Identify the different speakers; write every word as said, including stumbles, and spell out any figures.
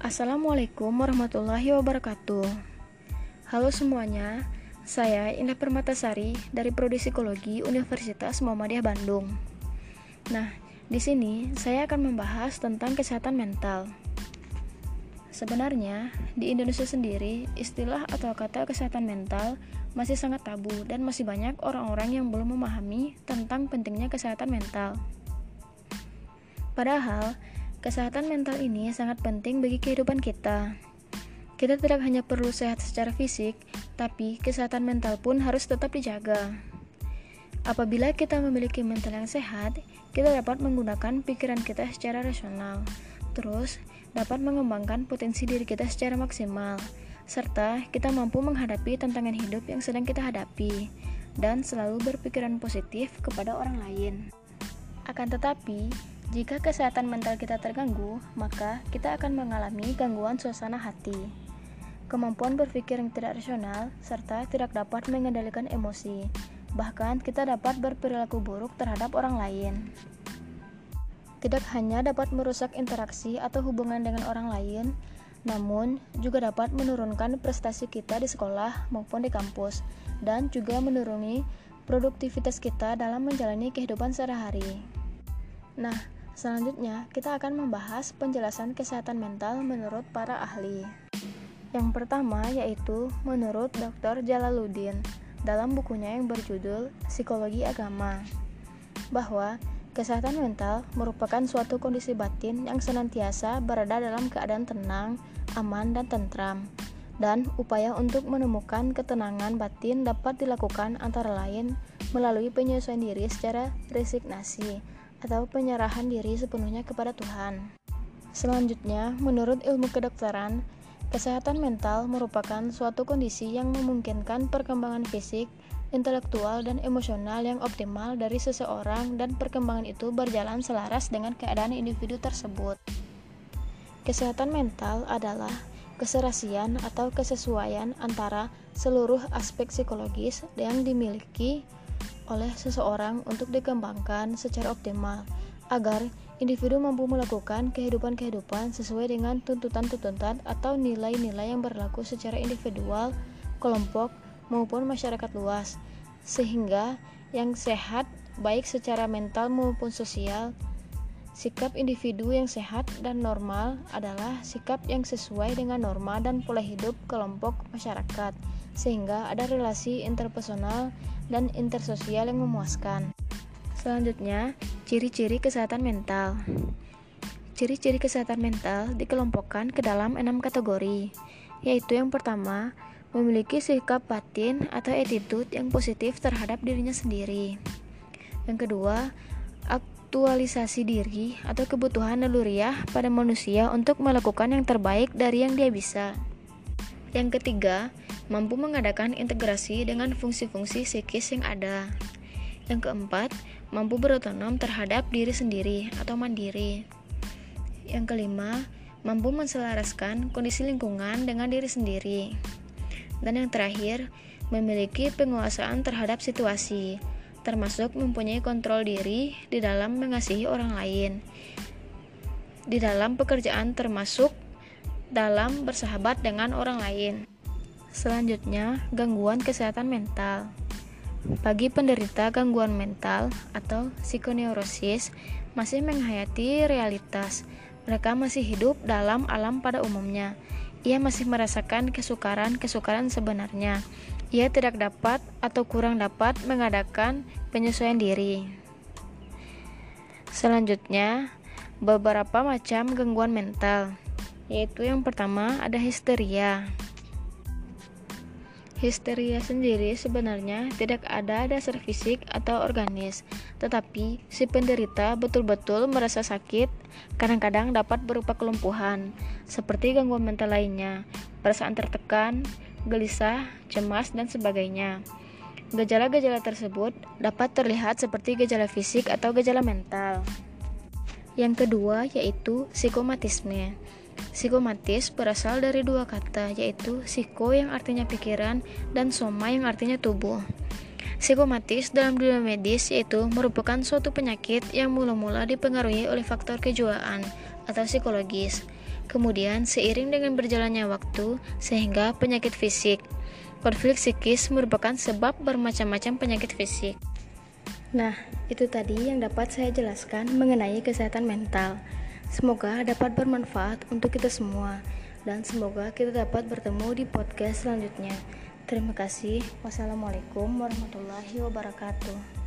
Speaker 1: Assalamualaikum warahmatullahi wabarakatuh. Halo semuanya, saya Indah Permatasari dari Prodi Psikologi Universitas Muhammadiyah Bandung. Nah, di sini saya akan membahas tentang kesehatan mental. Sebenarnya, di Indonesia sendiri, istilah atau kata kesehatan mental masih sangat tabu dan masih banyak orang-orang yang belum memahami tentang pentingnya kesehatan mental. Padahal, kesehatan mental ini sangat penting bagi kehidupan kita. Kita tidak hanya perlu sehat secara fisik, tapi kesehatan mental pun harus tetap dijaga. Apabila kita memiliki mental yang sehat, kita dapat menggunakan pikiran kita secara rasional, terus dapat mengembangkan potensi diri kita secara maksimal, serta kita mampu menghadapi tantangan hidup yang sedang kita hadapi, dan selalu berpikiran positif kepada orang lain. Akan tetapi, jika kesehatan mental kita terganggu, maka kita akan mengalami gangguan suasana hati, kemampuan berpikir yang tidak rasional, serta tidak dapat mengendalikan emosi. Bahkan kita dapat berperilaku buruk terhadap orang lain. Tidak hanya dapat merusak interaksi atau hubungan dengan orang lain, namun juga dapat menurunkan prestasi kita di sekolah maupun di kampus, dan juga menuruni produktivitas kita dalam menjalani kehidupan sehari-hari. Nah, selanjutnya kita akan membahas penjelasan kesehatan mental menurut para ahli. Yang pertama yaitu menurut dokter Jalaluddin dalam bukunya yang berjudul Psikologi Agama, bahwa kesehatan mental merupakan suatu kondisi batin yang senantiasa berada dalam keadaan tenang, aman, dan tentram. Dan upaya untuk menemukan ketenangan batin dapat dilakukan antara lain melalui penyesuaian diri secara resignasi atau penyerahan diri sepenuhnya kepada Tuhan. Selanjutnya, menurut ilmu kedokteran, kesehatan mental merupakan suatu kondisi yang memungkinkan perkembangan fisik, intelektual, dan emosional yang optimal dari seseorang, dan perkembangan itu berjalan selaras dengan keadaan individu tersebut. Kesehatan mental adalah keserasian atau kesesuaian antara seluruh aspek psikologis yang dimiliki oleh seseorang untuk dikembangkan secara optimal, agar individu mampu melakukan kehidupan-kehidupan sesuai dengan tuntutan-tuntutan atau nilai-nilai yang berlaku secara individual, kelompok, maupun masyarakat luas, sehingga yang sehat baik secara mental maupun sosial. Sikap individu yang sehat dan normal adalah sikap yang sesuai dengan norma dan pola hidup kelompok masyarakat, sehingga ada relasi interpersonal dan intersosial yang memuaskan. Selanjutnya, ciri-ciri kesehatan mental. Ciri-ciri kesehatan mental dikelompokkan ke dalam enam kategori, yaitu yang pertama, memiliki sikap batin atau attitude yang positif terhadap dirinya sendiri. Yang kedua, aktualisasi diri atau kebutuhan naluriah pada manusia untuk melakukan yang terbaik dari yang dia bisa. Yang ketiga, mampu mengadakan integrasi dengan fungsi-fungsi psikis yang ada. Yang keempat, mampu berotonom terhadap diri sendiri atau mandiri. Yang kelima, mampu menselaraskan kondisi lingkungan dengan diri sendiri. Dan yang terakhir, memiliki penguasaan terhadap situasi, termasuk mempunyai kontrol diri di dalam mengasihi orang lain, di dalam pekerjaan termasuk dalam bersahabat dengan orang lain. Selanjutnya, gangguan kesehatan mental. Bagi penderita gangguan mental atau psikoneurosis masih menghayati realitas, mereka masih hidup dalam alam pada umumnya. Ia masih merasakan kesukaran-kesukaran sebenarnya. Ia tidak dapat atau kurang dapat mengadakan penyesuaian diri. Selanjutnya, beberapa macam gangguan mental, yaitu yang pertama ada histeria. Histeria sendiri sebenarnya tidak ada dasar fisik atau organis, tetapi si penderita betul-betul merasa sakit, kadang-kadang dapat berupa kelumpuhan, seperti gangguan mental lainnya, perasaan tertekan, gelisah, cemas, dan sebagainya. Gejala-gejala tersebut dapat terlihat seperti gejala fisik atau gejala mental. Yang kedua yaitu psikomatisme. Psikomatis berasal dari dua kata, yaitu psiko yang artinya pikiran dan soma yang artinya tubuh. Psikomatis dalam dunia medis yaitu merupakan suatu penyakit yang mula-mula dipengaruhi oleh faktor kejiwaan atau psikologis. Kemudian, seiring dengan berjalannya waktu, sehingga penyakit fisik. Konflik psikis merupakan sebab bermacam-macam penyakit fisik. Nah, itu tadi yang dapat saya jelaskan mengenai kesehatan mental. Semoga dapat bermanfaat untuk kita semua, dan semoga kita dapat bertemu di podcast selanjutnya. Terima kasih. Wassalamualaikum warahmatullahi wabarakatuh.